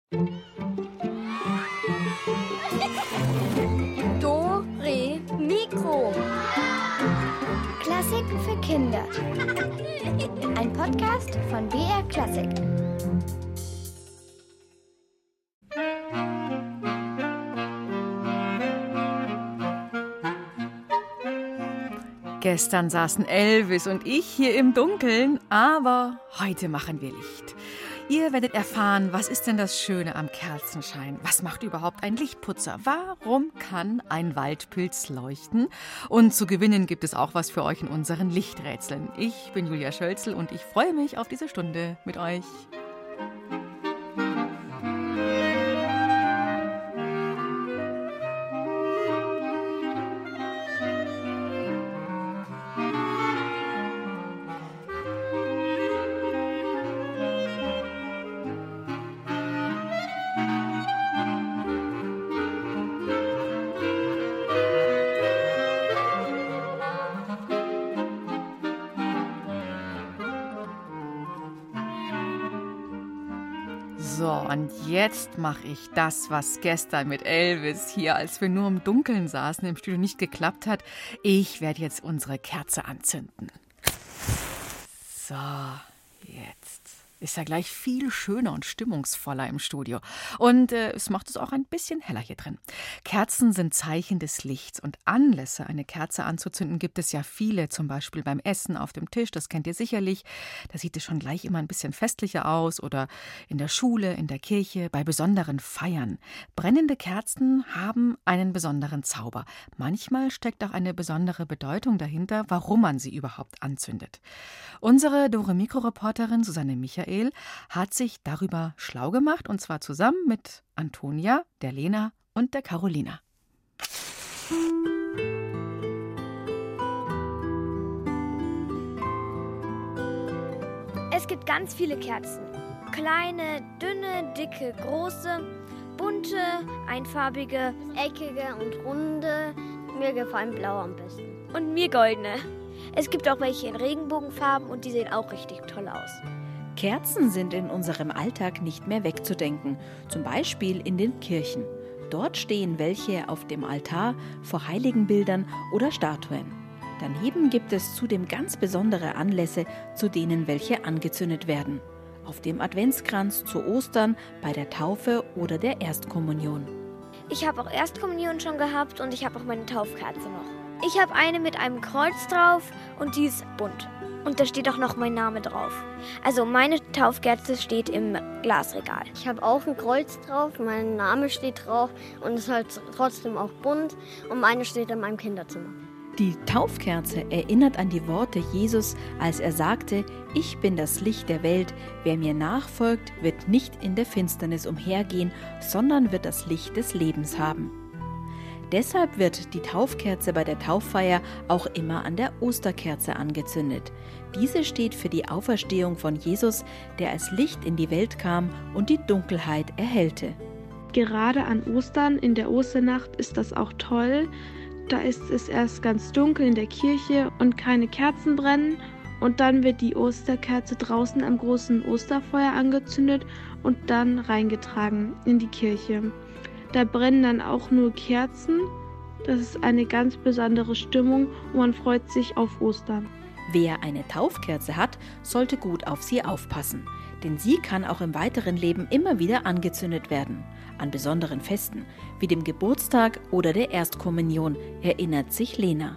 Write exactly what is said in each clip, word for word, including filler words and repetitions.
Dore Mikro. Klassiken für Kinder. Ein Podcast von B R Klassik. Gestern saßen Elvis und ich hier im Dunkeln, aber heute machen wir Licht. Ihr werdet erfahren, was ist denn das Schöne am Kerzenschein? Was macht überhaupt ein Lichtputzer? Warum kann ein Waldpilz leuchten? Und zu gewinnen gibt es auch was für euch in unseren Lichträtseln. Ich bin Julia Schölzel und ich freue mich auf diese Stunde mit euch. So, und jetzt mache ich das, was gestern mit Elvis hier, als wir nur im Dunkeln saßen, im Studio nicht geklappt hat. Ich werde jetzt unsere Kerze anzünden. So, jetzt ist ja gleich viel schöner und stimmungsvoller im Studio. Und äh, es macht es auch ein bisschen heller hier drin. Kerzen sind Zeichen des Lichts und Anlässe, eine Kerze anzuzünden, gibt es ja viele. Zum Beispiel beim Essen auf dem Tisch, das kennt ihr sicherlich. Da sieht es schon gleich immer ein bisschen festlicher aus. Oder in der Schule, in der Kirche, bei besonderen Feiern. Brennende Kerzen haben einen besonderen Zauber. Manchmal steckt auch eine besondere Bedeutung dahinter, warum man sie überhaupt anzündet. Unsere Dore Mikro-Reporterin Susanne Michael hat sich darüber schlau gemacht, und zwar zusammen mit Antonia, der Lena und der Carolina. Es gibt ganz viele Kerzen. Kleine, dünne, dicke, große, bunte, einfarbige, eckige und runde. Mir gefallen blaue am besten. Und mir goldene. Es gibt auch welche in Regenbogenfarben und die sehen auch richtig toll aus. Kerzen sind in unserem Alltag nicht mehr wegzudenken, zum Beispiel in den Kirchen. Dort stehen welche auf dem Altar vor Heiligenbildern oder Statuen. Daneben gibt es zudem ganz besondere Anlässe, zu denen welche angezündet werden. Auf dem Adventskranz zu Ostern, bei der Taufe oder der Erstkommunion. Ich habe auch Erstkommunion schon gehabt und ich habe auch meine Taufkerze noch. Ich habe eine mit einem Kreuz drauf und die ist bunt. Und da steht auch noch mein Name drauf. Also meine Taufkerze steht im Glasregal. Ich habe auch ein Kreuz drauf, mein Name steht drauf und es ist halt trotzdem auch bunt. Und meine steht in meinem Kinderzimmer. Die Taufkerze erinnert an die Worte Jesus, als er sagte: Ich bin das Licht der Welt. Wer mir nachfolgt, wird nicht in der Finsternis umhergehen, sondern wird das Licht des Lebens haben. Deshalb wird die Taufkerze bei der Tauffeier auch immer an der Osterkerze angezündet. Diese steht für die Auferstehung von Jesus, der als Licht in die Welt kam und die Dunkelheit erhellte. Gerade an Ostern, in der Osternacht, ist das auch toll. Da ist es erst ganz dunkel in der Kirche und keine Kerzen brennen. Und dann wird die Osterkerze draußen am großen Osterfeuer angezündet und dann reingetragen in die Kirche. Da brennen dann auch nur Kerzen. Das ist eine ganz besondere Stimmung und man freut sich auf Ostern. Wer eine Taufkerze hat, sollte gut auf sie aufpassen. Denn sie kann auch im weiteren Leben immer wieder angezündet werden. An besonderen Festen, wie dem Geburtstag oder der Erstkommunion, erinnert sich Lena.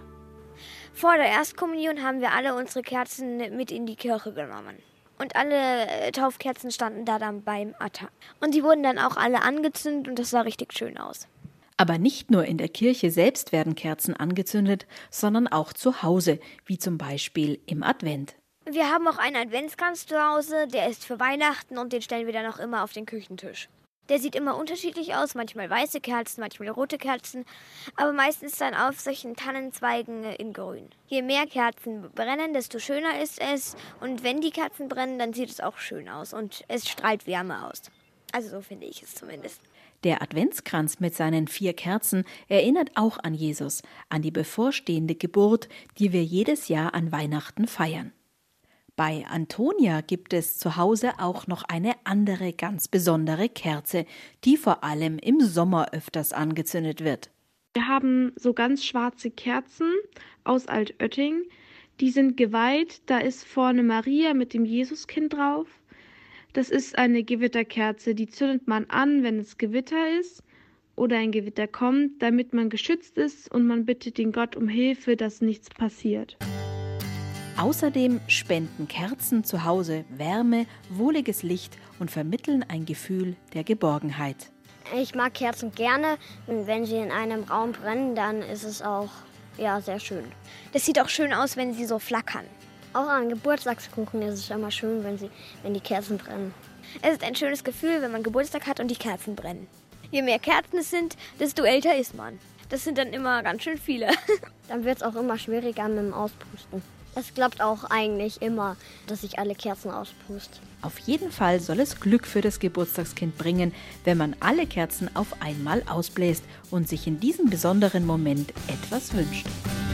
Vor der Erstkommunion haben wir alle unsere Kerzen mit in die Kirche genommen. Und alle Taufkerzen standen da dann beim Altar. Und die wurden dann auch alle angezündet und das sah richtig schön aus. Aber nicht nur in der Kirche selbst werden Kerzen angezündet, sondern auch zu Hause, wie zum Beispiel im Advent. Wir haben auch einen Adventskranz zu Hause, der ist für Weihnachten und den stellen wir dann auch immer auf den Küchentisch. Der sieht immer unterschiedlich aus, manchmal weiße Kerzen, manchmal rote Kerzen, aber meistens dann auf solchen Tannenzweigen in grün. Je mehr Kerzen brennen, desto schöner ist es und wenn die Kerzen brennen, dann sieht es auch schön aus und es strahlt Wärme aus. Also so finde ich es zumindest. Der Adventskranz mit seinen vier Kerzen erinnert auch an Jesus, an die bevorstehende Geburt, die wir jedes Jahr an Weihnachten feiern. Bei Antonia gibt es zu Hause auch noch eine andere ganz besondere Kerze, die vor allem im Sommer öfters angezündet wird. Wir haben so ganz schwarze Kerzen aus Altötting. Die sind geweiht. Da ist vorne Maria mit dem Jesuskind drauf. Das ist eine Gewitterkerze. Die zündet man an, wenn es Gewitter ist oder ein Gewitter kommt, damit man geschützt ist und man bittet den Gott um Hilfe, dass nichts passiert. Außerdem spenden Kerzen zu Hause Wärme, wohliges Licht und vermitteln ein Gefühl der Geborgenheit. Ich mag Kerzen gerne und wenn sie in einem Raum brennen, dann ist es auch ja, sehr schön. Das sieht auch schön aus, wenn sie so flackern. Auch an Geburtstagskuchen ist es immer schön, wenn, sie, wenn die Kerzen brennen. Es ist ein schönes Gefühl, wenn man Geburtstag hat und die Kerzen brennen. Je mehr Kerzen es sind, desto älter ist man. Das sind dann immer ganz schön viele. Dann wird es auch immer schwieriger mit dem Auspusten. Es klappt auch eigentlich immer, dass sich alle Kerzen auspusten. Auf jeden Fall soll es Glück für das Geburtstagskind bringen, wenn man alle Kerzen auf einmal ausbläst und sich in diesem besonderen Moment etwas wünscht.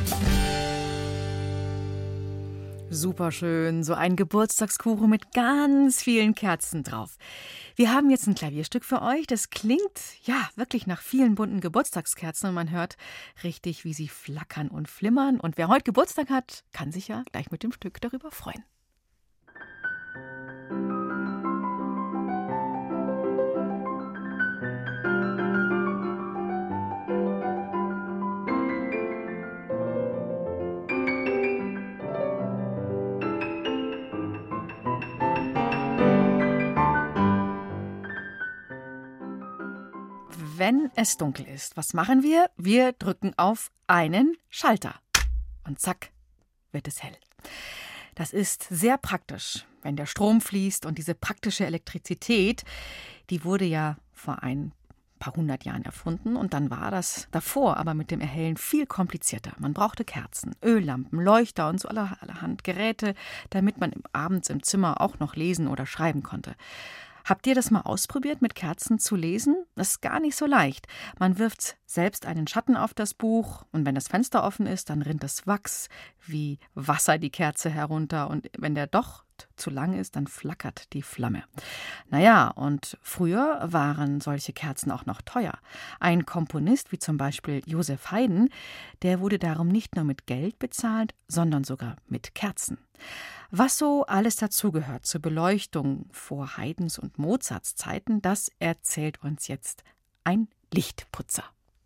Superschön, so ein Geburtstagskuchen mit ganz vielen Kerzen drauf. Wir haben jetzt ein Klavierstück für euch. Das klingt ja wirklich nach vielen bunten Geburtstagskerzen und man hört richtig, wie sie flackern und flimmern. Und wer heute Geburtstag hat, kann sich ja gleich mit dem Stück darüber freuen. Wenn es dunkel ist, was machen wir? Wir drücken auf einen Schalter und zack, wird es hell. Das ist sehr praktisch, wenn der Strom fließt und diese praktische Elektrizität, die wurde ja vor ein paar hundert Jahren erfunden und dann war das davor aber mit dem Erhellen viel komplizierter. Man brauchte Kerzen, Öllampen, Leuchter und so allerhand Geräte, damit man abends im Zimmer auch noch lesen oder schreiben konnte. Habt ihr das mal ausprobiert, mit Kerzen zu lesen? Das ist gar nicht so leicht. Man wirft selbst einen Schatten auf das Buch und wenn das Fenster offen ist, dann rinnt das Wachs wie Wasser die Kerze herunter und wenn der Docht zu lang ist, dann flackert die Flamme. Naja, und früher waren solche Kerzen auch noch teuer. Ein Komponist wie zum Beispiel Joseph Haydn, der wurde darum nicht nur mit Geld bezahlt, sondern sogar mit Kerzen. Was so alles dazugehört zur Beleuchtung vor Haydns und Mozarts Zeiten, das erzählt uns jetzt ein Lichtputzer.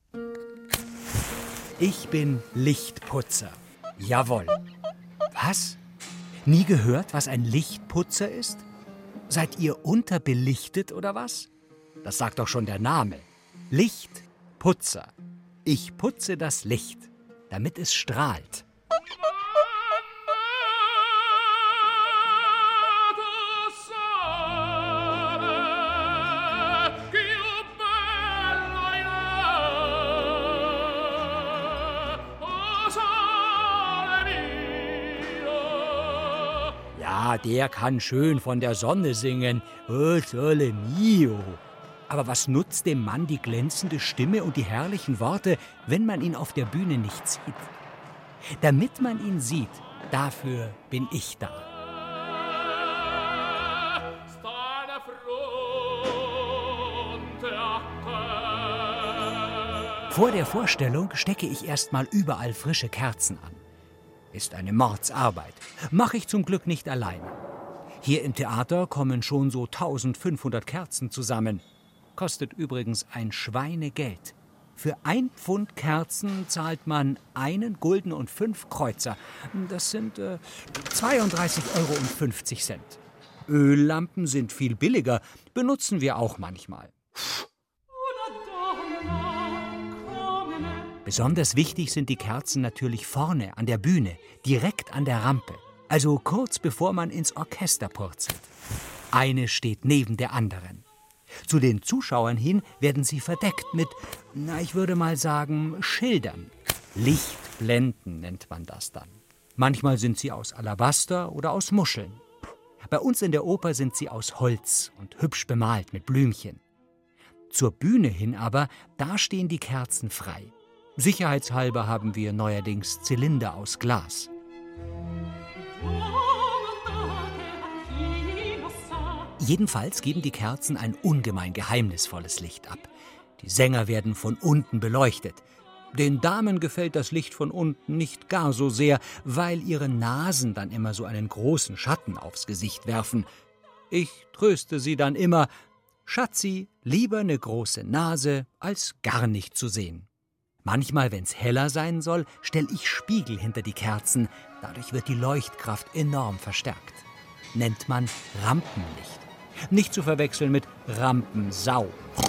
Ich bin Lichtputzer. Jawohl. Was? Nie gehört, was ein Lichtputzer ist? Seid ihr unterbelichtet oder was? Das sagt doch schon der Name. Lichtputzer. Ich putze das Licht, damit es strahlt. Ja, der kann schön von der Sonne singen. Oh, sole mio. Aber was nutzt dem Mann die glänzende Stimme und die herrlichen Worte, wenn man ihn auf der Bühne nicht sieht? Damit man ihn sieht, dafür bin ich da. Vor der Vorstellung stecke ich erstmal überall frische Kerzen an. Ist eine Mordsarbeit. Mache ich zum Glück nicht alleine. Hier im Theater kommen schon so eintausendfünfhundert Kerzen zusammen. Kostet übrigens ein Schweinegeld. Für ein Pfund Kerzen zahlt man einen Gulden und fünf Kreuzer. Das sind äh, zweiunddreißig Euro und fünfzig Cent. Öllampen sind viel billiger, benutzen wir auch manchmal. Besonders wichtig sind die Kerzen natürlich vorne an der Bühne, direkt an der Rampe. Also kurz bevor man ins Orchester purzelt. Eine steht neben der anderen. Zu den Zuschauern hin werden sie verdeckt mit, na, ich würde mal sagen, Schildern. Lichtblenden nennt man das dann. Manchmal sind sie aus Alabaster oder aus Muscheln. Bei uns in der Oper sind sie aus Holz und hübsch bemalt mit Blümchen. Zur Bühne hin aber, da stehen die Kerzen frei. Sicherheitshalber haben wir neuerdings Zylinder aus Glas. Jedenfalls geben die Kerzen ein ungemein geheimnisvolles Licht ab. Die Sänger werden von unten beleuchtet. Den Damen gefällt das Licht von unten nicht gar so sehr, weil ihre Nasen dann immer so einen großen Schatten aufs Gesicht werfen. Ich tröste sie dann immer: Schatzi, lieber eine große Nase, als gar nicht zu sehen. Manchmal, wenn's heller sein soll, stelle ich Spiegel hinter die Kerzen. Dadurch wird die Leuchtkraft enorm verstärkt. Nennt man Rampenlicht. Nicht zu verwechseln mit Rampensau.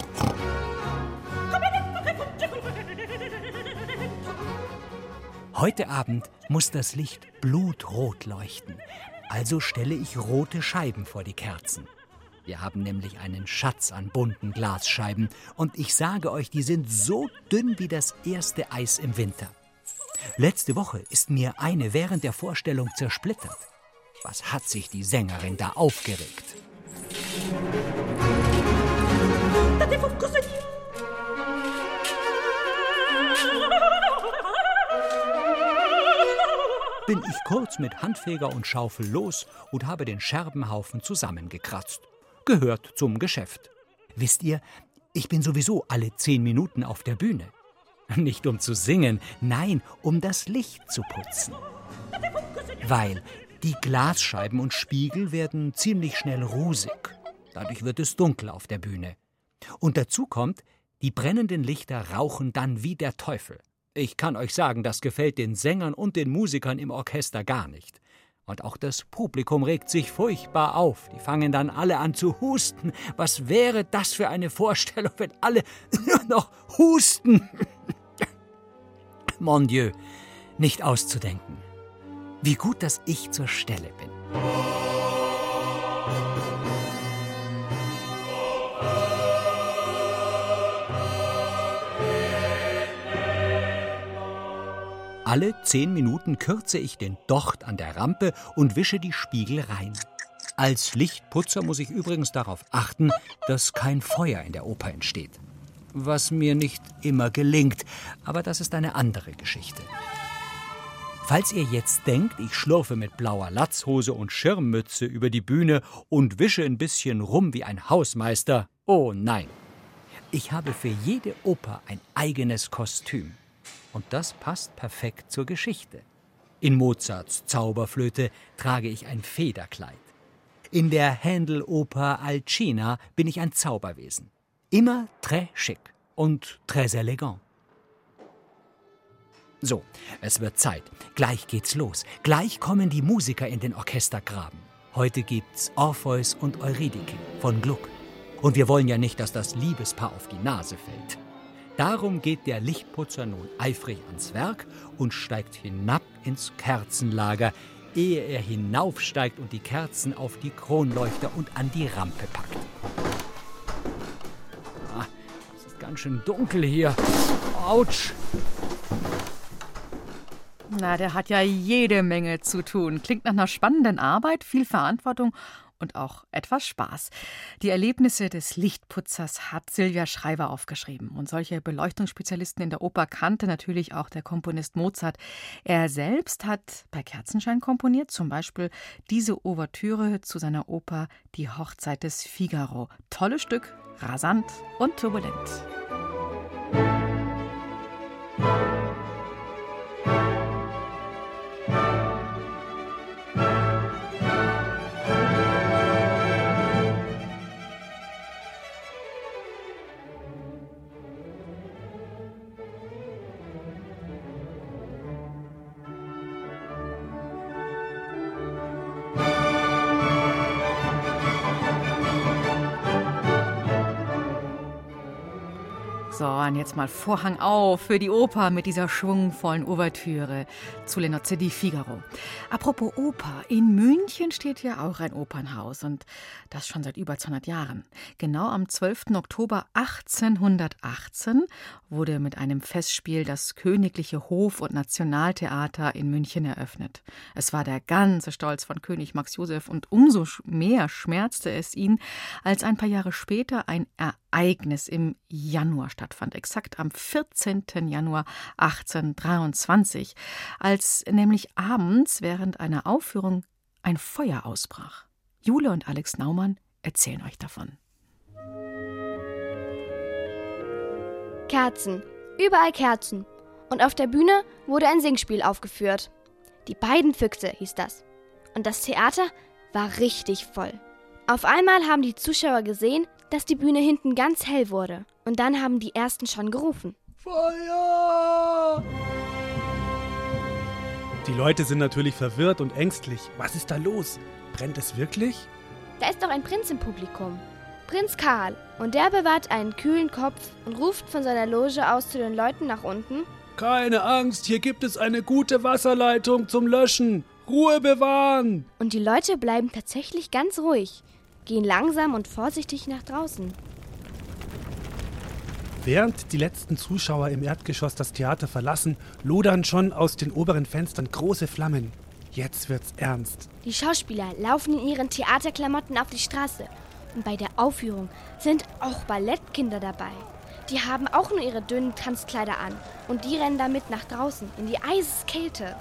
Heute Abend muss das Licht blutrot leuchten. Also stelle ich rote Scheiben vor die Kerzen. Wir haben nämlich einen Schatz an bunten Glasscheiben. Und ich sage euch, die sind so dünn wie das erste Eis im Winter. Letzte Woche ist mir eine während der Vorstellung zersplittert. Was hat sich die Sängerin da aufgeregt? Bin ich kurz mit Handfeger und Schaufel los und habe den Scherbenhaufen zusammengekratzt. Gehört zum Geschäft. Wisst ihr, ich bin sowieso alle zehn Minuten auf der Bühne. Nicht um zu singen, nein, um das Licht zu putzen. Weil die Glasscheiben und Spiegel werden ziemlich schnell rusig. Dadurch wird es dunkel auf der Bühne. Und dazu kommt, die brennenden Lichter rauchen dann wie der Teufel. Ich kann euch sagen, das gefällt den Sängern und den Musikern im Orchester gar nicht. Und auch das Publikum regt sich furchtbar auf. Die fangen dann alle an zu husten. Was wäre das für eine Vorstellung, wenn alle nur noch husten? Mon Dieu, nicht auszudenken. Wie gut, dass ich zur Stelle bin. Alle zehn Minuten kürze ich den Docht an der Rampe und wische die Spiegel rein. Als Lichtputzer muss ich übrigens darauf achten, dass kein Feuer in der Oper entsteht. Was mir nicht immer gelingt, aber das ist eine andere Geschichte. Falls ihr jetzt denkt, ich schlurfe mit blauer Latzhose und Schirmmütze über die Bühne und wische ein bisschen rum wie ein Hausmeister, oh nein. Ich habe für jede Oper ein eigenes Kostüm. Und das passt perfekt zur Geschichte. In Mozarts Zauberflöte trage ich ein Federkleid. In der Händel-Oper Alcina bin ich ein Zauberwesen. Immer très chic und très élégant. So, es wird Zeit. Gleich geht's los. Gleich kommen die Musiker in den Orchestergraben. Heute gibt's Orpheus und Eurydike von Gluck. Und wir wollen ja nicht, dass das Liebespaar auf die Nase fällt. Darum geht der Lichtputzer nun eifrig ans Werk und steigt hinab ins Kerzenlager, ehe er hinaufsteigt und die Kerzen auf die Kronleuchter und an die Rampe packt. Ah, es ist ganz schön dunkel hier. Autsch! Na, der hat ja jede Menge zu tun. Klingt nach einer spannenden Arbeit, viel Verantwortung und auch etwas Spaß. Die Erlebnisse des Lichtputzers hat Silvia Schreiber aufgeschrieben. Und solche Beleuchtungsspezialisten in der Oper kannte natürlich auch der Komponist Mozart. Er selbst hat bei Kerzenschein komponiert, zum Beispiel diese Ouvertüre zu seiner Oper Die Hochzeit des Figaro. Tolles Stück, rasant und turbulent. So, und jetzt mal Vorhang auf für die Oper mit dieser schwungvollen Ouvertüre zu Le Nozze di Figaro. Apropos Oper, in München steht ja auch ein Opernhaus und das schon seit über zweihundert Jahren. Genau am zwölften Oktober achtzehnhundertachtzehn wurde mit einem Festspiel das Königliche Hof- und Nationaltheater in München eröffnet. Es war der ganze Stolz von König Max Joseph und umso mehr schmerzte es ihn, als ein paar Jahre später ein Ereignis im Januar stattfand, exakt am vierzehnten Januar achtzehnhundertdreiundzwanzig, als nämlich abends während einer Aufführung ein Feuer ausbrach. Jule und Alex Naumann erzählen euch davon. Kerzen. Überall Kerzen. Und auf der Bühne wurde ein Singspiel aufgeführt. Die beiden Füchse hieß das. Und das Theater war richtig voll. Auf einmal haben die Zuschauer gesehen, dass die Bühne hinten ganz hell wurde. Und dann haben die Ersten schon gerufen. Feuer! Die Leute sind natürlich verwirrt und ängstlich. Was ist da los? Brennt es wirklich? Da ist doch ein Prinz im Publikum. Prinz Karl. Und der bewahrt einen kühlen Kopf und ruft von seiner Loge aus zu den Leuten nach unten. Keine Angst, hier gibt es eine gute Wasserleitung zum Löschen. Ruhe bewahren! Und die Leute bleiben tatsächlich ganz ruhig, gehen langsam und vorsichtig nach draußen. Während die letzten Zuschauer im Erdgeschoss das Theater verlassen, lodern schon aus den oberen Fenstern große Flammen. Jetzt wird's ernst. Die Schauspieler laufen in ihren Theaterklamotten auf die Straße. Und bei der Aufführung sind auch Ballettkinder dabei. Die haben auch nur ihre dünnen Tanzkleider an. Und die rennen damit nach draußen, in die Eiseskälte.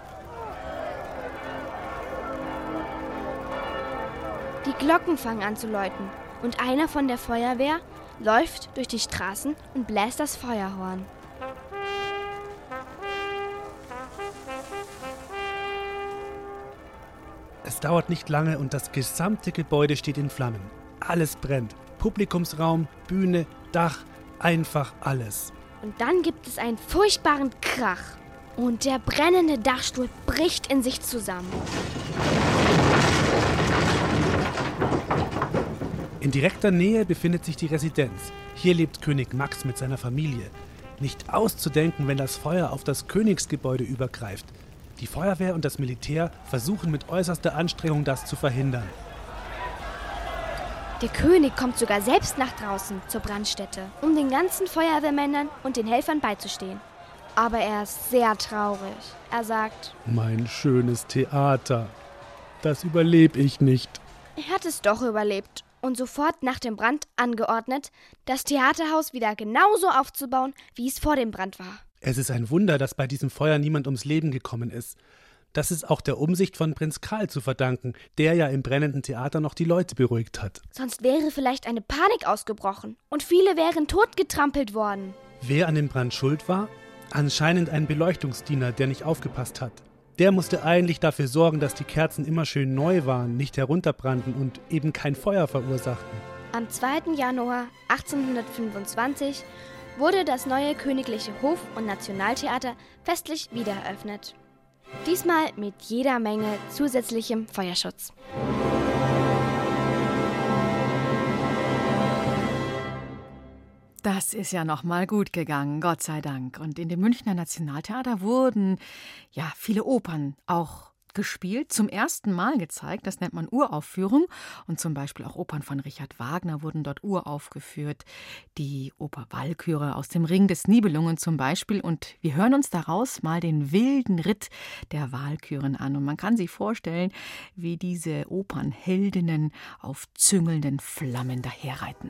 Die Glocken fangen an zu läuten. Und einer von der Feuerwehr läuft durch die Straßen und bläst das Feuerhorn. Es dauert nicht lange und das gesamte Gebäude steht in Flammen. Alles brennt. Publikumsraum, Bühne, Dach, einfach alles. Und dann gibt es einen furchtbaren Krach. Und der brennende Dachstuhl bricht in sich zusammen. In direkter Nähe befindet sich die Residenz. Hier lebt König Max mit seiner Familie. Nicht auszudenken, wenn das Feuer auf das Königsgebäude übergreift. Die Feuerwehr und das Militär versuchen mit äußerster Anstrengung, das zu verhindern. Der König kommt sogar selbst nach draußen zur Brandstätte, um den ganzen Feuerwehrmännern und den Helfern beizustehen. Aber er ist sehr traurig. Er sagt: Mein schönes Theater, das überlebe ich nicht. Er hat es doch überlebt und sofort nach dem Brand angeordnet, das Theaterhaus wieder genauso aufzubauen, wie es vor dem Brand war. Es ist ein Wunder, dass bei diesem Feuer niemand ums Leben gekommen ist. Das ist auch der Umsicht von Prinz Karl zu verdanken, der ja im brennenden Theater noch die Leute beruhigt hat. Sonst wäre vielleicht eine Panik ausgebrochen und viele wären totgetrampelt worden. Wer an dem Brand schuld war? Anscheinend ein Beleuchtungsdiener, der nicht aufgepasst hat. Der musste eigentlich dafür sorgen, dass die Kerzen immer schön neu waren, nicht herunterbrannten und eben kein Feuer verursachten. Am zweiten Januar achtzehnhundertfünfundzwanzig wurde das neue Königliche Hof- und Nationaltheater festlich wiedereröffnet. Diesmal mit jeder Menge zusätzlichem Feuerschutz. Das ist ja noch mal gut gegangen, Gott sei Dank. Und in dem Münchner Nationaltheater wurden ja viele Opern auch gespielt, zum ersten Mal gezeigt. Das nennt man Uraufführung. Und zum Beispiel auch Opern von Richard Wagner wurden dort uraufgeführt. Die Oper Walküre aus dem Ring des Nibelungen zum Beispiel. Und wir hören uns daraus mal den wilden Ritt der Walküren an. Und man kann sich vorstellen, wie diese Opernheldinnen auf züngelnden Flammen daherreiten.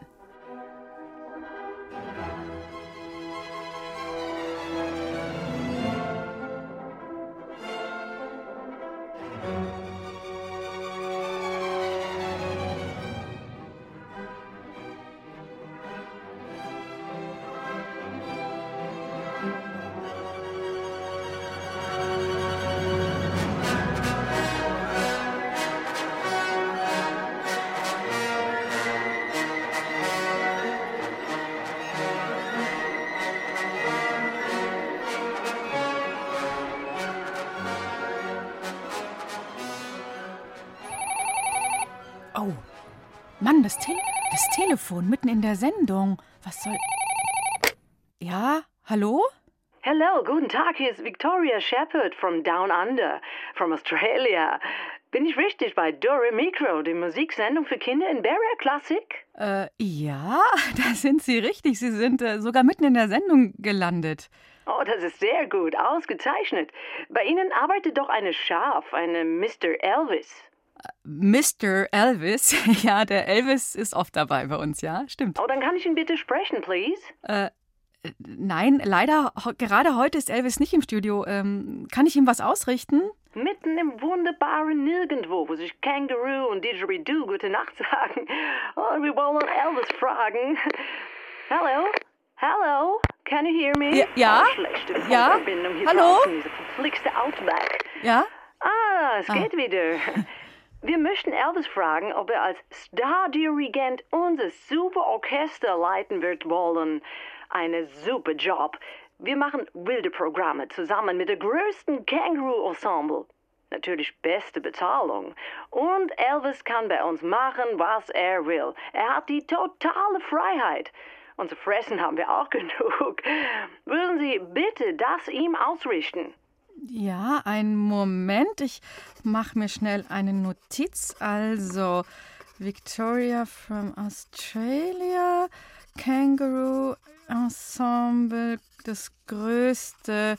Oh, Mann, das, Te- das Telefon mitten in der Sendung. Was soll... Ja, hallo? Hello, guten Tag, hier ist Victoria Shepherd from Down Under, from Australia. Bin ich richtig bei Dore Micro, die Musiksendung für Kinder in Barrier Classic? Äh, ja, da sind Sie richtig. Sie sind äh, sogar mitten in der Sendung gelandet. Oh, das ist sehr gut, ausgezeichnet. Bei Ihnen arbeitet doch eine Schaf, eine Mister Elvis. Mister Elvis? Ja, der Elvis ist oft dabei bei uns, ja, stimmt. Oh, dann kann ich ihn bitte sprechen, please? Äh, nein, leider, ho- gerade heute ist Elvis nicht im Studio. Ähm, kann ich ihm was ausrichten? Mitten im wunderbaren Nirgendwo, wo sich Kangaroo und Didgeridoo gute Nacht sagen. Und wir wollen Elvis fragen. Hello? Hello? Can you hear me? Ja? Ja? Oh, schlechte Ja? Verbindung hier Hallo? draußen, diese verflixte Outback. Ja? Ah, es Ah. geht wieder. Wir möchten Elvis fragen, ob er als Stardirigent unser super Orchester leiten wird wollen. Eine super Job. Wir machen wilde Programme zusammen mit der größten Kangaroo-Ensemble. Natürlich beste Bezahlung. Und Elvis kann bei uns machen, was er will. Er hat die totale Freiheit. Und zu fressen haben wir auch genug. Würden Sie bitte das ihm ausrichten? Ja, einen Moment. Ich mache mir schnell eine Notiz. Also, Victoria from Australia, Kangaroo Ensemble, das größte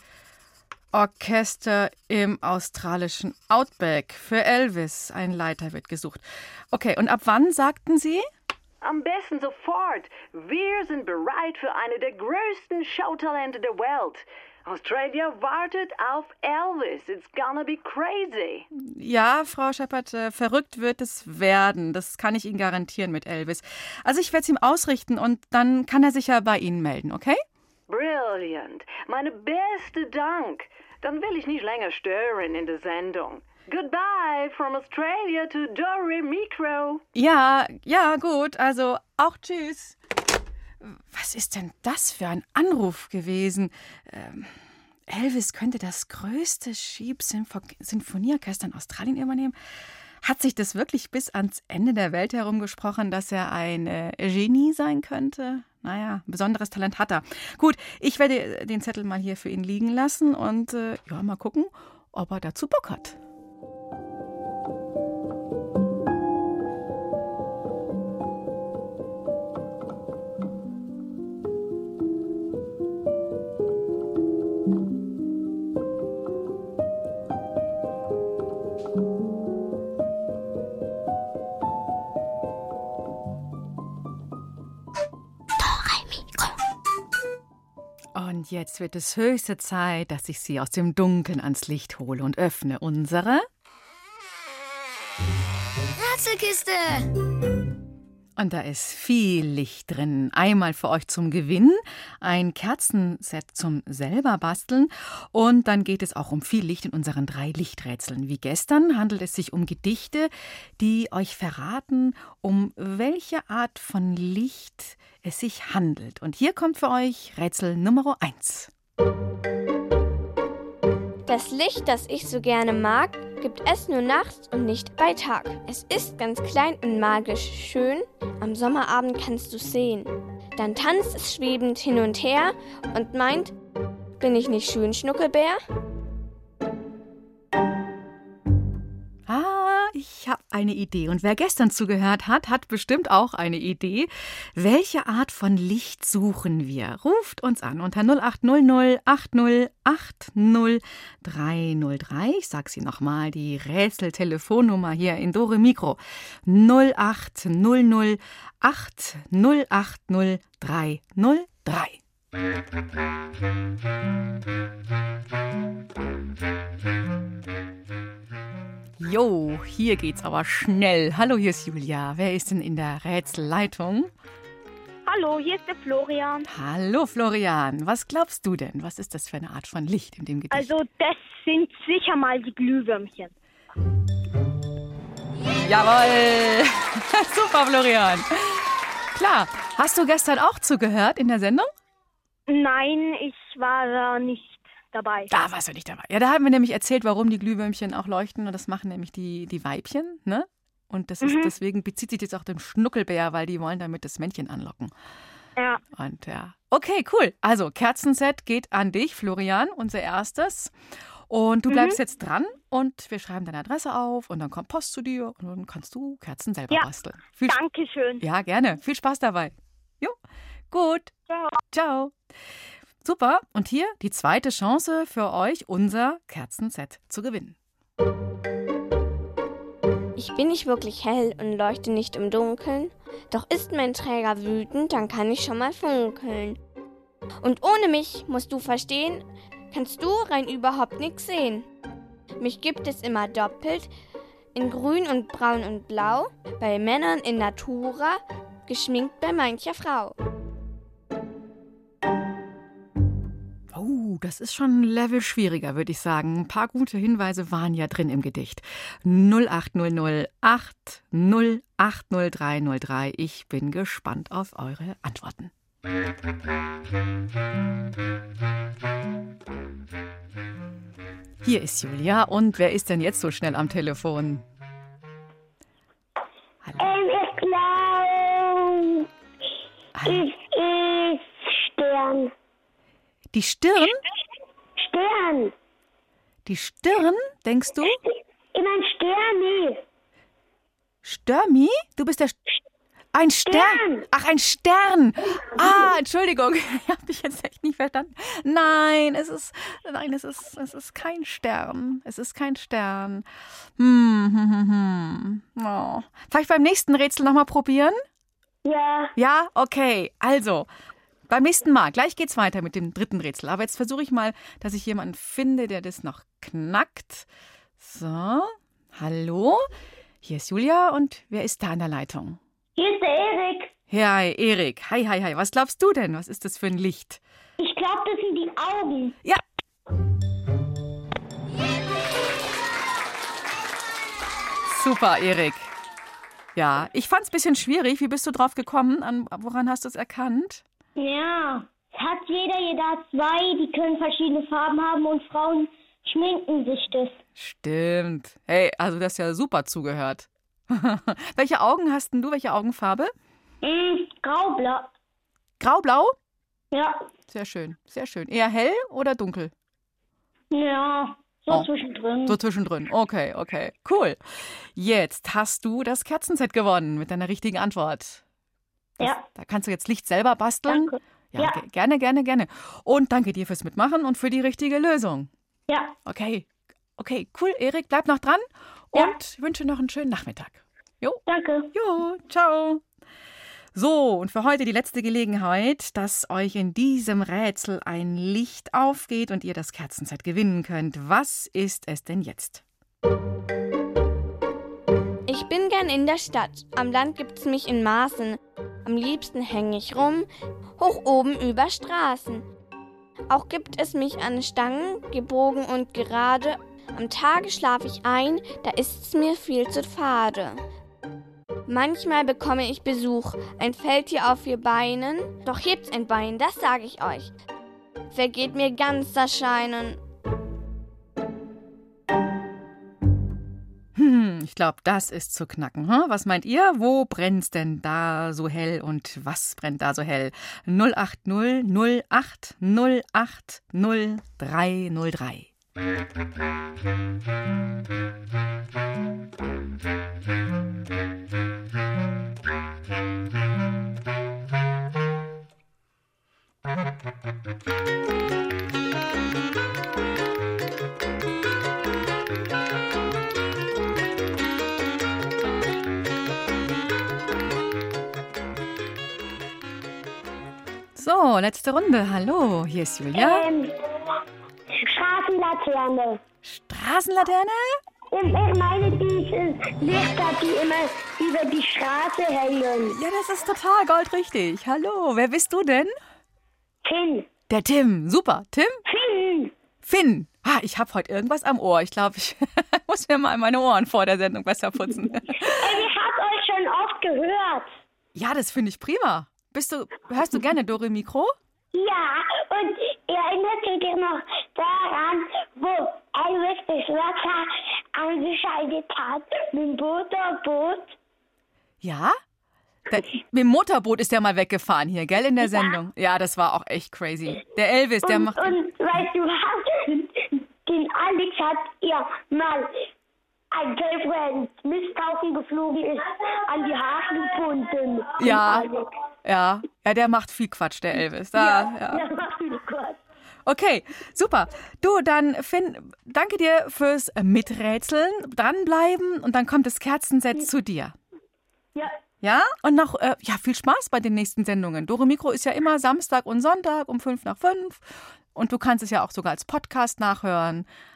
Orchester im australischen Outback. Für Elvis. Ein Leiter wird gesucht. Okay, und ab wann sagten Sie? Am besten sofort. Wir sind bereit für eine der größten Showtalente der Welt. Australia wartet auf Elvis. It's gonna be crazy. Ja, Frau Shepard, äh, verrückt wird es werden. Das kann ich Ihnen garantieren mit Elvis. Also ich werde es ihm ausrichten und dann kann er sich ja bei Ihnen melden, okay? Brilliant. Meine beste Dank. Dann will ich nicht länger stören in der Sendung. Goodbye from Australia to Dore Mikro. Ja, ja, gut. Also auch tschüss. Was ist denn das für ein Anruf gewesen? Ähm, Elvis könnte das größte Sheep-Sinfonieorchester in Australien übernehmen. Hat sich das wirklich bis ans Ende der Welt herumgesprochen, dass er ein äh, Genie sein könnte? Naja, besonderes Talent hat er. Gut, ich werde den Zettel mal hier für ihn liegen lassen und äh, ja, mal gucken, ob er dazu Bock hat. Und jetzt wird es höchste Zeit, dass ich Sie aus dem Dunkeln ans Licht hole und öffne unsere Rätselkiste. Und da ist viel Licht drin. Einmal für euch zum Gewinn, ein Kerzenset zum selber basteln und dann geht es auch um viel Licht in unseren drei Lichträtseln. Wie gestern handelt es sich um Gedichte, die euch verraten, um welche Art von Licht es sich handelt. Und hier kommt für euch Rätsel Nummer eins. Das Licht, das ich so gerne mag, gibt es nur nachts und nicht bei Tag. Es ist ganz klein und magisch schön. Am Sommerabend kannst du sehen. Dann tanzt es schwebend hin und her und meint, bin ich nicht schön, Schnuckelbär? Ah, ich habe eine Idee. Und wer gestern zugehört hat, hat bestimmt auch eine Idee. Welche Art von Licht suchen wir? Ruft uns an unter null acht null null acht null acht null drei null drei. Ich sage sie nochmal, die Rätseltelefonnummer hier in Dore Mikro. null acht null null acht null acht null drei null drei. Jo, hier geht's aber schnell. Hallo, hier ist Julia. Wer ist denn in der Rätselleitung? Hallo, hier ist der Florian. Hallo, Florian. Was glaubst du denn? Was ist das für eine Art von Licht in dem Gedicht? Also, das sind sicher mal die Glühwürmchen. Jawohl! Super, Florian. Klar. Hast du gestern auch zugehört in der Sendung? Nein, ich war da nicht dabei. Da warst du nicht dabei. Ja, da haben wir nämlich erzählt, warum die Glühwürmchen auch leuchten. Und das machen nämlich die, die Weibchen, ne? Und das ist, mhm. deswegen bezieht sich jetzt auch den Schnuckelbär, weil die wollen damit das Männchen anlocken. Ja. Und ja. Okay, cool. Also, Kerzenset geht an dich, Florian, unser erstes. Und du bleibst mhm. jetzt dran und wir schreiben deine Adresse auf und dann kommt Post zu dir und dann kannst du Kerzen selber ja. basteln. Viel Danke schön. Ja, gerne. Viel Spaß dabei. Jo, gut. Ciao. Ciao. Super. Und hier die zweite Chance für euch, unser Kerzenset zu gewinnen. Ich bin nicht wirklich hell und leuchte nicht im Dunkeln. Doch ist mein Träger wütend, dann kann ich schon mal funkeln. Und ohne mich, musst du verstehen, kannst du rein überhaupt nichts sehen. Mich gibt es immer doppelt, in grün und braun und blau, bei Männern in Natura, geschminkt bei mancher Frau. Oh, das ist schon ein Level schwieriger, würde ich sagen. Ein paar gute Hinweise waren ja drin im Gedicht. null acht null null acht null acht null drei null drei. Ich bin gespannt auf eure Antworten. Hier ist Julia. Und wer ist denn jetzt so schnell am Telefon? Hallo. Ähm, ich glaube, es ist Stern. Die Stirn? Stern. Die Stirn, denkst du? Ich meine Sterne. Störmi? Du bist der... St- ein Stern. Stern. Ach, ein Stern. Ah, Entschuldigung. Ich habe dich jetzt echt nicht verstanden. Nein, es ist... Nein, es ist, es ist kein Stern. Es ist kein Stern. Hm, hm, hm, hm. Oh. Vielleicht beim nächsten Rätsel nochmal probieren? Ja. Ja? Okay. Also... Beim nächsten Mal. Gleich geht's weiter mit dem dritten Rätsel. Aber jetzt versuche ich mal, dass ich jemanden finde, der das noch knackt. So. Hallo. Hier ist Julia. Und wer ist da an der Leitung? Hier ist der Erik. Ja, hi, Erik. Hi, hi, hi. Was glaubst du denn? Was ist das für ein Licht? Ich glaube, das sind die Augen. Ja. Super, Erik. Ja, ich fand's ein bisschen schwierig. Wie bist du drauf gekommen? An, woran hast du es erkannt? Ja, es hat jeder, jeder hat zwei, die können verschiedene Farben haben und Frauen schminken sich das. Stimmt. Hey, also das ist ja super zugehört. Welche Augen hast denn du? Welche Augenfarbe? Mm, graublau. Graublau? Ja. Sehr schön, sehr schön. Eher hell oder dunkel? Ja, so oh. zwischendrin. So zwischendrin. Okay, okay. Cool. Jetzt hast du das Kerzenset gewonnen mit deiner richtigen Antwort. Das, ja. Da kannst du jetzt Licht selber basteln. Danke. Ja, ja. G- gerne, gerne, gerne. Und danke dir fürs Mitmachen und für die richtige Lösung. Ja. Okay, okay, cool. Erik, bleib noch dran und ja. ich wünsche noch einen schönen Nachmittag. Jo. Danke. Jo, ciao. So, und für heute die letzte Gelegenheit, dass euch in diesem Rätsel ein Licht aufgeht und ihr das Kerzenset gewinnen könnt. Was ist es denn jetzt? Ich bin gern in der Stadt, am Land gibt's mich in Maßen. Am liebsten häng ich rum, hoch oben über Straßen. Auch gibt es mich an Stangen, gebogen und gerade. Am Tage schlaf ich ein, da ist's mir viel zu fade. Manchmal bekomme ich Besuch, ein Feldtier auf vier Beinen. Doch hebt's ein Bein, das sag ich euch. Vergeht mir ganz das Scheinen. Hm, ich glaube, das ist zu knacken. Hm? Was meint ihr? Wo brennt's denn da so hell und was brennt da so hell? null acht null null acht null acht null drei null drei. So, letzte Runde. Hallo, hier ist Julia. Ähm, Straßenlaterne. Straßenlaterne? Ich meine diese Lichter, die immer über die Straße hängen. Ja, das ist total goldrichtig. Hallo, wer bist du denn? Finn. Der Tim. Super. Tim? Finn. Finn. Ah, ich habe heute irgendwas am Ohr. Ich glaube, ich muss mir mal meine Ohren vor der Sendung besser putzen. Ich habe euch schon oft gehört. Ja, das finde ich prima. Bist du, hörst du gerne Dore Mikro? Ja, und erinnert ihr noch daran, wo Elvis das Wasser angeschaltet hat mit dem Motorboot? Ja? Der, mit dem Motorboot ist der mal weggefahren hier, gell, in der Sendung? Ja, das war auch echt crazy. Der Elvis, der und, macht... Und weißt du was? Den Alex hat ja mal ein Gelb, wo er ins Misthaufen geflogen ist, an die Haare gebunden. Ja, Alex. ja, ja, der macht viel Quatsch, der Elvis. Da, Ja, ja. der macht viel Quatsch. Okay, super. Du, dann Finn, danke dir fürs Miträtseln, dranbleiben und dann kommt das Kerzenset zu dir. Ja. Ja, und noch äh, ja, viel Spaß bei den nächsten Sendungen. Dore Mikro ist ja immer Samstag und Sonntag um fünf nach fünf und du kannst es ja auch sogar als Podcast nachhören.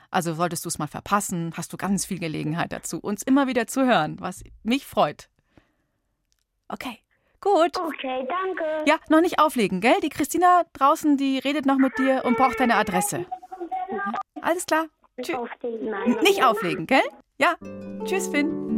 Also solltest du es mal verpassen, hast du ganz viel Gelegenheit dazu, uns immer wieder zu hören, was mich freut. Okay, gut. Okay, danke. Ja, noch nicht auflegen, gell? Die Christina draußen, die redet noch mit dir und braucht deine Adresse. Alles klar. Tschüss. Nicht auflegen, gell? Ja. Tschüss, Finn.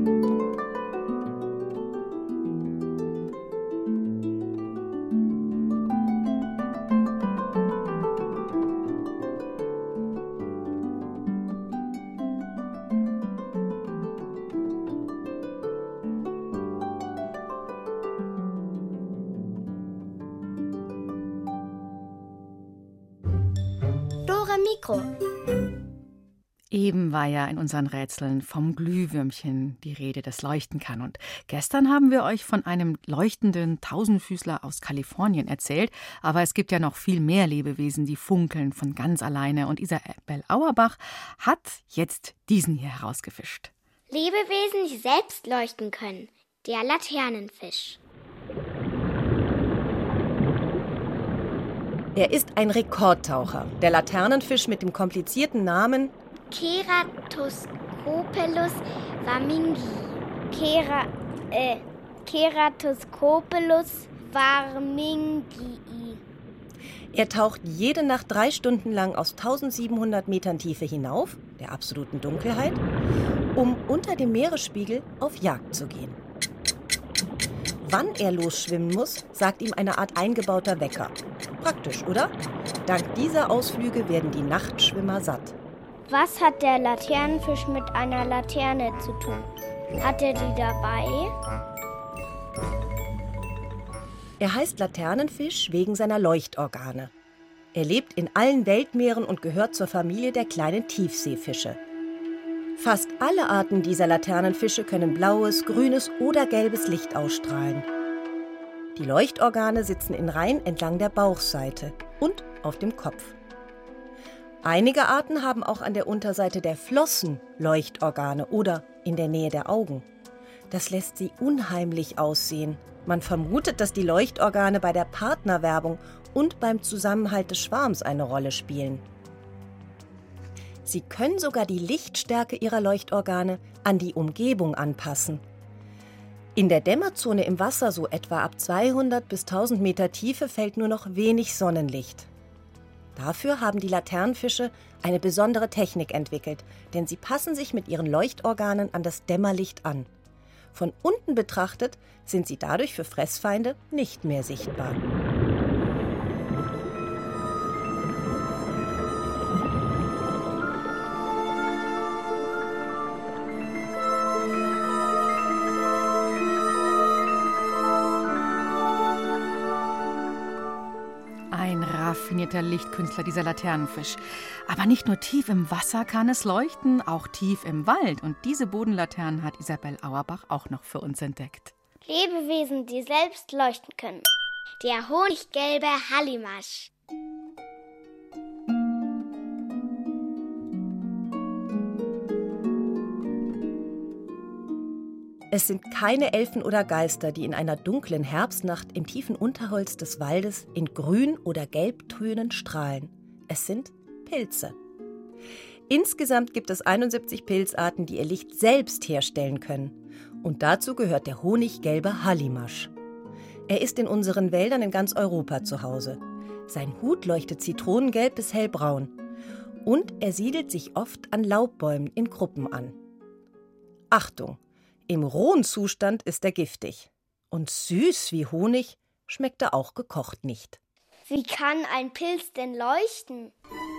Mikro. Eben war ja in unseren Rätseln vom Glühwürmchen die Rede, das leuchten kann. Und gestern haben wir euch von einem leuchtenden Tausendfüßler aus Kalifornien erzählt. Aber es gibt ja noch viel mehr Lebewesen, die funkeln von ganz alleine. Und Isabel Auerbach hat jetzt diesen hier herausgefischt. Lebewesen, die selbst leuchten können. Der Laternenfisch. Er ist ein Rekordtaucher. Der Laternenfisch mit dem komplizierten Namen Ceratoscopelus varmingi. Kera, äh, Ceratoscopelus varmingii. Er taucht jede Nacht drei Stunden lang aus tausendsiebenhundert Metern Tiefe hinauf, der absoluten Dunkelheit, um unter dem Meeresspiegel auf Jagd zu gehen. Wann er losschwimmen muss, sagt ihm eine Art eingebauter Wecker. Praktisch, oder? Dank dieser Ausflüge werden die Nachtschwimmer satt. Was hat der Laternenfisch mit einer Laterne zu tun? Hat er die dabei? Er heißt Laternenfisch wegen seiner Leuchtorgane. Er lebt in allen Weltmeeren und gehört zur Familie der kleinen Tiefseefische. Fast alle Arten dieser Laternenfische können blaues, grünes oder gelbes Licht ausstrahlen. Die Leuchtorgane sitzen in Reihen entlang der Bauchseite und auf dem Kopf. Einige Arten haben auch an der Unterseite der Flossen Leuchtorgane oder in der Nähe der Augen. Das lässt sie unheimlich aussehen. Man vermutet, dass die Leuchtorgane bei der Partnerwerbung und beim Zusammenhalt des Schwarms eine Rolle spielen. Sie können sogar die Lichtstärke ihrer Leuchtorgane an die Umgebung anpassen. In der Dämmerzone im Wasser, so etwa ab zweihundert bis tausend Meter Tiefe, fällt nur noch wenig Sonnenlicht. Dafür haben die Laternenfische eine besondere Technik entwickelt, denn sie passen sich mit ihren Leuchtorganen an das Dämmerlicht an. Von unten betrachtet sind sie dadurch für Fressfeinde nicht mehr sichtbar. Raffinierter Lichtkünstler, dieser Laternenfisch. Aber nicht nur tief im Wasser kann es leuchten, auch tief im Wald. Und diese Bodenlaternen hat Isabel Auerbach auch noch für uns entdeckt. Lebewesen, die selbst leuchten können. Der honiggelbe Hallimasch. Es sind keine Elfen oder Geister, die in einer dunklen Herbstnacht im tiefen Unterholz des Waldes in Grün- oder Gelbtönen strahlen. Es sind Pilze. Insgesamt gibt es einundsiebzig Pilzarten, die ihr Licht selbst herstellen können. Und dazu gehört der honiggelbe Hallimasch. Er ist in unseren Wäldern in ganz Europa zu Hause. Sein Hut leuchtet zitronengelb bis hellbraun. Und er siedelt sich oft an Laubbäumen in Gruppen an. Achtung! Im rohen Zustand ist er giftig. Und süß wie Honig schmeckt er auch gekocht nicht. Wie kann ein Pilz denn leuchten?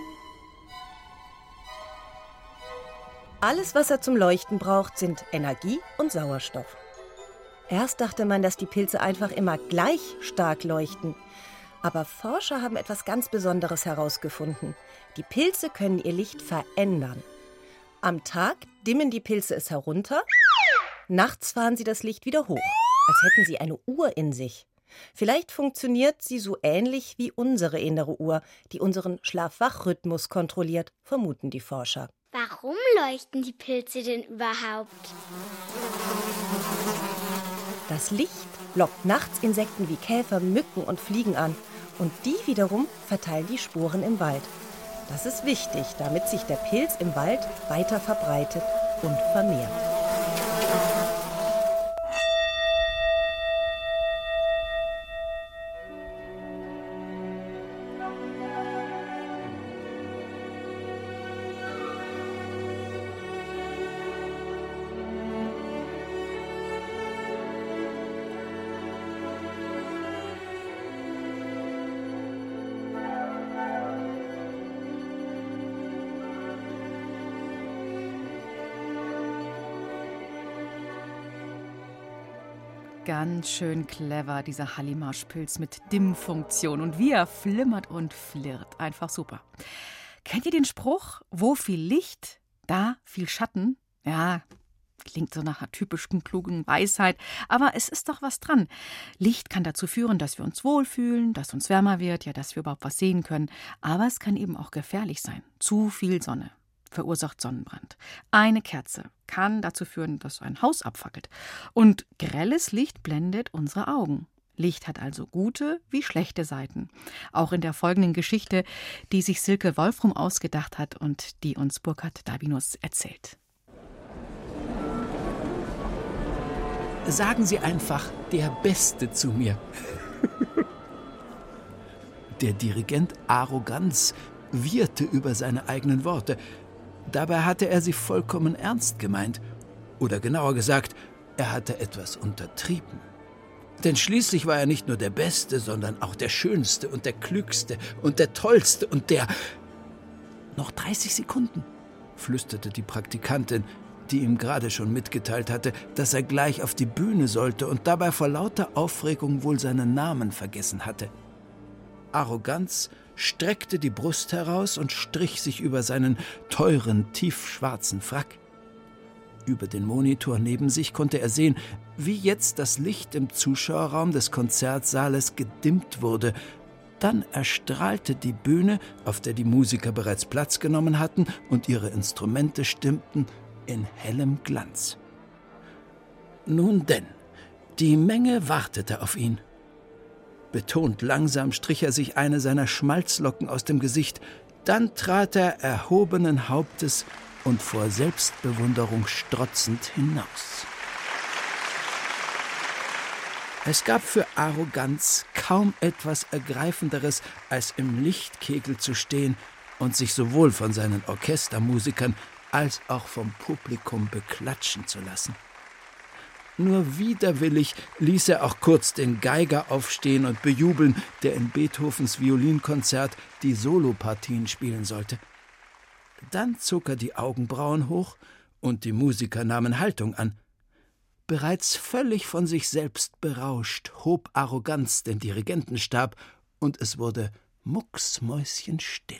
Alles, was er zum Leuchten braucht, sind Energie und Sauerstoff. Erst dachte man, dass die Pilze einfach immer gleich stark leuchten. Aber Forscher haben etwas ganz Besonderes herausgefunden. Die Pilze können ihr Licht verändern. Am Tag dimmen die Pilze es herunter. Nachts fahren sie das Licht wieder hoch, als hätten sie eine Uhr in sich. Vielleicht funktioniert sie so ähnlich wie unsere innere Uhr, die unseren Schlaf-Wach-Rhythmus kontrolliert, vermuten die Forscher. Warum leuchten die Pilze denn überhaupt? Das Licht lockt nachts Insekten wie Käfer, Mücken und Fliegen an. Und die wiederum verteilen die Sporen im Wald. Das ist wichtig, damit sich der Pilz im Wald weiter verbreitet und vermehrt. Ganz schön clever, dieser Hallimarschpilz mit Dimmfunktion. Und wie er flimmert und flirrt. Einfach super. Kennt ihr den Spruch, wo viel Licht, da viel Schatten? Ja, klingt so nach einer typischen klugen Weisheit. Aber es ist doch was dran. Licht kann dazu führen, dass wir uns wohlfühlen, dass uns wärmer wird, ja, dass wir überhaupt was sehen können. Aber es kann eben auch gefährlich sein. Zu viel Sonne verursacht Sonnenbrand. Eine Kerze kann dazu führen, dass ein Haus abfackelt. Und grelles Licht blendet unsere Augen. Licht hat also gute wie schlechte Seiten. Auch in der folgenden Geschichte, die sich Silke Wolfrum ausgedacht hat und die uns Burkhard Dabinus erzählt. Sagen Sie einfach der Beste zu mir. Der Dirigent Arroganz wieherte über seine eigenen Worte. Dabei hatte er sie vollkommen ernst gemeint. Oder genauer gesagt, er hatte etwas untertrieben. Denn schließlich war er nicht nur der Beste, sondern auch der Schönste und der Klügste und der Tollste und der... Noch dreißig Sekunden, flüsterte die Praktikantin, die ihm gerade schon mitgeteilt hatte, dass er gleich auf die Bühne sollte und dabei vor lauter Aufregung wohl seinen Namen vergessen hatte. Arroganz streckte die Brust heraus und strich sich über seinen teuren, tiefschwarzen Frack. Über den Monitor neben sich konnte er sehen, wie jetzt das Licht im Zuschauerraum des Konzertsaales gedimmt wurde. Dann erstrahlte die Bühne, auf der die Musiker bereits Platz genommen hatten und ihre Instrumente stimmten, in hellem Glanz. Nun denn, die Menge wartete auf ihn. Betont langsam strich er sich eine seiner Schmalzlocken aus dem Gesicht. Dann trat er erhobenen Hauptes und vor Selbstbewunderung strotzend hinaus. Es gab für Arroganz kaum etwas Ergreifenderes, als im Lichtkegel zu stehen und sich sowohl von seinen Orchestermusikern als auch vom Publikum beklatschen zu lassen. Nur widerwillig ließ er auch kurz den Geiger aufstehen und bejubeln, der in Beethovens Violinkonzert die Solopartien spielen sollte. Dann zog er die Augenbrauen hoch und die Musiker nahmen Haltung an. Bereits völlig von sich selbst berauscht hob Arroganz den Dirigentenstab und es wurde mucksmäuschenstill.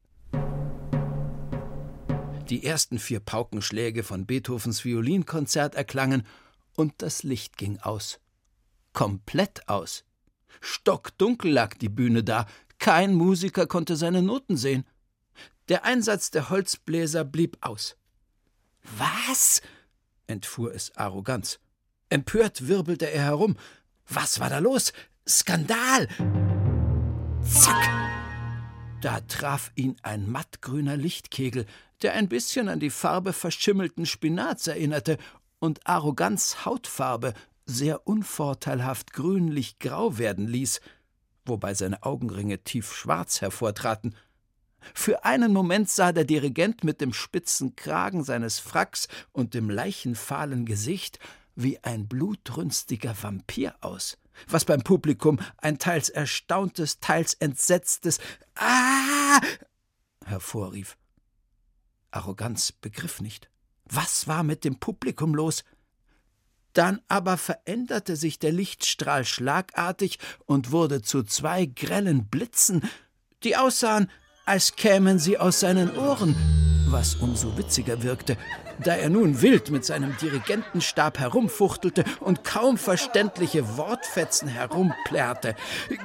Die ersten vier Paukenschläge von Beethovens Violinkonzert erklangen und das Licht ging aus. Komplett aus. Stockdunkel lag die Bühne da. Kein Musiker konnte seine Noten sehen. Der Einsatz der Holzbläser blieb aus. »Was?« entfuhr es Arroganz. Empört wirbelte er herum. »Was war da los? Skandal!« Zack! Da traf ihn ein mattgrüner Lichtkegel, der ein bisschen an die Farbe verschimmelten Spinats erinnerte und Arroganz Hautfarbe sehr unvorteilhaft grünlich-grau werden ließ, wobei seine Augenringe tiefschwarz hervortraten. Für einen Moment sah der Dirigent mit dem spitzen Kragen seines Fracks und dem leichenfahlen Gesicht wie ein blutrünstiger Vampir aus, was beim Publikum ein teils erstauntes, teils entsetztes »Ah!« hervorrief. Arroganz begriff nicht. Was war mit dem Publikum los? Dann aber veränderte sich der Lichtstrahl schlagartig und wurde zu zwei grellen Blitzen, die aussahen, als kämen sie aus seinen Ohren, was umso witziger wirkte, da er nun wild mit seinem Dirigentenstab herumfuchtelte und kaum verständliche Wortfetzen herumplärrte.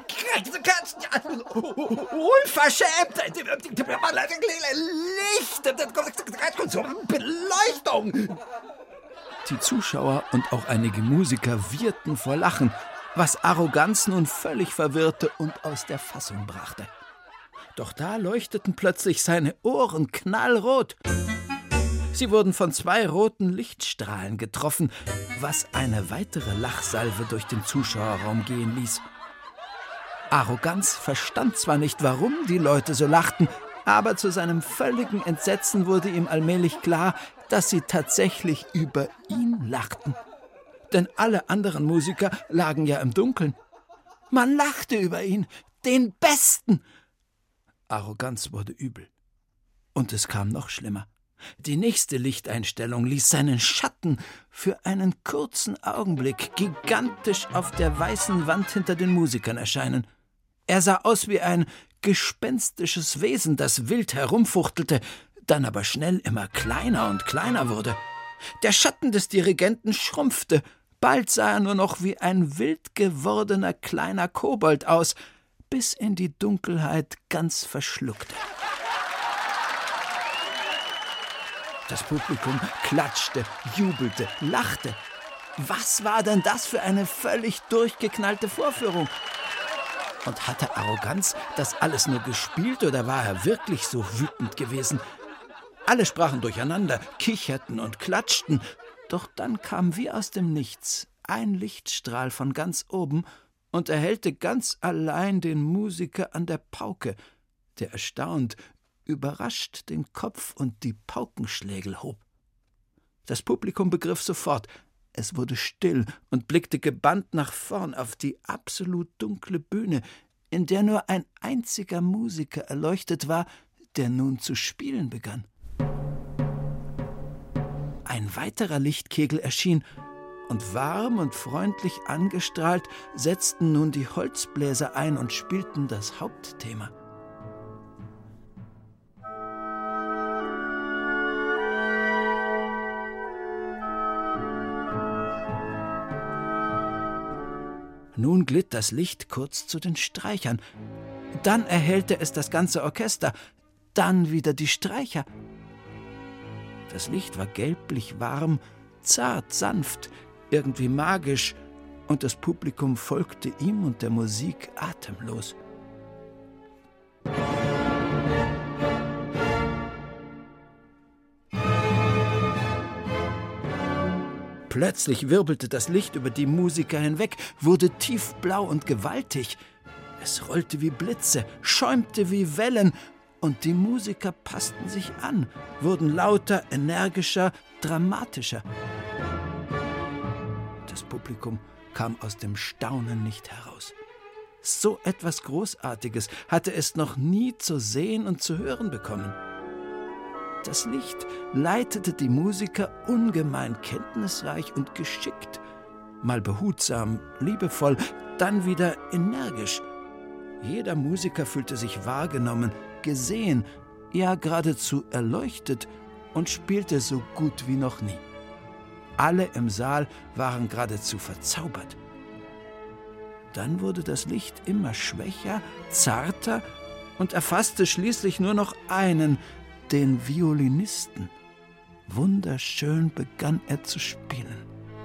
Unverschämt! Licht! Beleuchtung! Die Zuschauer und auch einige Musiker wieherten vor Lachen, was Arroganz nun völlig verwirrte und aus der Fassung brachte. Doch da leuchteten plötzlich seine Ohren knallrot. Sie wurden von zwei roten Lichtstrahlen getroffen, was eine weitere Lachsalve durch den Zuschauerraum gehen ließ. Arroganz verstand zwar nicht, warum die Leute so lachten, aber zu seinem völligen Entsetzen wurde ihm allmählich klar, dass sie tatsächlich über ihn lachten. Denn alle anderen Musiker lagen ja im Dunkeln. Man lachte über ihn, den Besten. Arroganz wurde übel. Und es kam noch schlimmer. Die nächste Lichteinstellung ließ seinen Schatten für einen kurzen Augenblick gigantisch auf der weißen Wand hinter den Musikern erscheinen. Er sah aus wie ein gespenstisches Wesen, das wild herumfuchtelte, dann aber schnell immer kleiner und kleiner wurde. Der Schatten des Dirigenten schrumpfte. Bald sah er nur noch wie ein wild gewordener kleiner Kobold aus, bis in die Dunkelheit ganz verschluckte. Das Publikum klatschte, jubelte, lachte. Was war denn das für eine völlig durchgeknallte Vorführung? Und hatte Arroganz das alles nur gespielt oder war er wirklich so wütend gewesen? Alle sprachen durcheinander, kicherten und klatschten. Doch dann kam wie aus dem Nichts ein Lichtstrahl von ganz oben und erhellte ganz allein den Musiker an der Pauke, der erstaunt, überrascht den Kopf und die Paukenschlägel hob. Das Publikum begriff sofort, es wurde still und blickte gebannt nach vorn auf die absolut dunkle Bühne, in der nur ein einziger Musiker erleuchtet war, der nun zu spielen begann. Ein weiterer Lichtkegel erschien, und warm und freundlich angestrahlt setzten nun die Holzbläser ein und spielten das Hauptthema. Nun glitt das Licht kurz zu den Streichern. Dann erhellte es das ganze Orchester, dann wieder die Streicher. Das Licht war gelblich warm, zart, sanft, irgendwie magisch, und das Publikum folgte ihm und der Musik atemlos. Plötzlich wirbelte das Licht über die Musiker hinweg, wurde tiefblau und gewaltig. Es rollte wie Blitze, schäumte wie Wellen, und die Musiker passten sich an, wurden lauter, energischer, dramatischer. Das Publikum kam aus dem Staunen nicht heraus. So etwas Großartiges hatte es noch nie zu sehen und zu hören bekommen. Das Licht leitete die Musiker ungemein kenntnisreich und geschickt, mal behutsam, liebevoll, dann wieder energisch. Jeder Musiker fühlte sich wahrgenommen, gesehen, ja geradezu erleuchtet und spielte so gut wie noch nie. Alle im Saal waren geradezu verzaubert. Dann wurde das Licht immer schwächer, zarter und erfasste schließlich nur noch einen, den Violinisten. Wunderschön begann er zu spielen.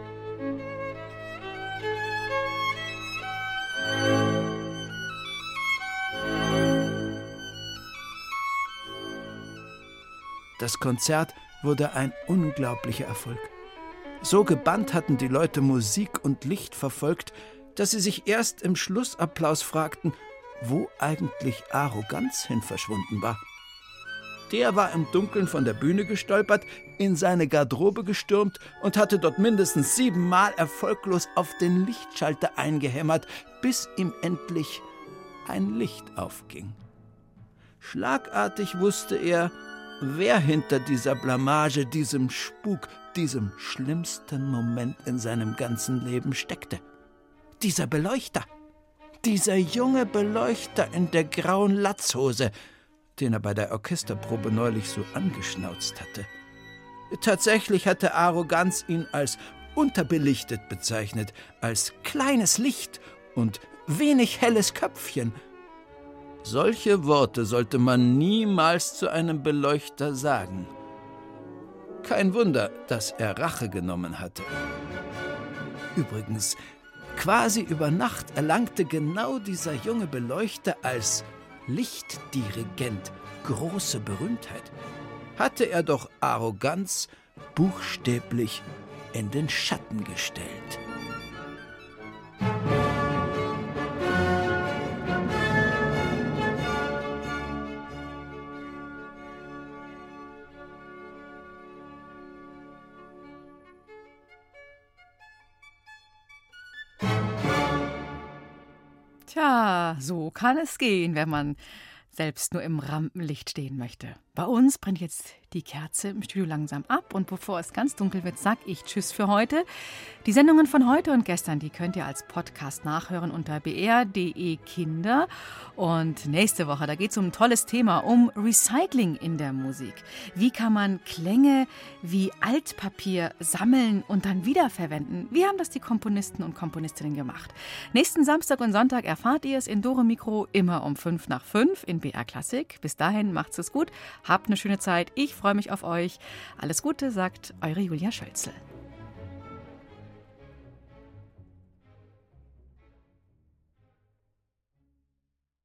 Das Konzert wurde ein unglaublicher Erfolg. So gebannt hatten die Leute Musik und Licht verfolgt, dass sie sich erst im Schlussapplaus fragten, wo eigentlich Arroganz hin verschwunden war. Der war im Dunkeln von der Bühne gestolpert, in seine Garderobe gestürmt und hatte dort mindestens siebenmal erfolglos auf den Lichtschalter eingehämmert, bis ihm endlich ein Licht aufging. Schlagartig wusste er, wer hinter dieser Blamage, diesem Spuk, diesem schlimmsten Moment in seinem ganzen Leben steckte. Dieser Beleuchter, dieser junge Beleuchter in der grauen Latzhose, den er bei der Orchesterprobe neulich so angeschnauzt hatte. Tatsächlich hatte Arroganz ihn als unterbelichtet bezeichnet, als kleines Licht und wenig helles Köpfchen. Solche Worte sollte man niemals zu einem Beleuchter sagen. Kein Wunder, dass er Rache genommen hatte. Übrigens, quasi über Nacht erlangte genau dieser junge Beleuchter als Lichtdirigent, große Berühmtheit, hatte er doch Arroganz buchstäblich in den Schatten gestellt. Tja, so kann es gehen, wenn man selbst nur im Rampenlicht stehen möchte. Bei uns brennt jetzt die Kerze im Studio langsam ab und bevor es ganz dunkel wird, sag ich Tschüss für heute. Die Sendungen von heute und gestern, die könnt ihr als Podcast nachhören unter b r punkt d e Kinder. Und nächste Woche, da geht es um ein tolles Thema, um Recycling in der Musik. Wie kann man Klänge wie Altpapier sammeln und dann wiederverwenden? Wie haben das die Komponisten und Komponistinnen gemacht? Nächsten Samstag und Sonntag erfahrt ihr es in Dore Mikro immer um fünf nach fünf in B R Klassik. Bis dahin macht's es gut, habt eine schöne Zeit. Ich freue mich auf euch. Alles Gute, sagt eure Julia Schölzel.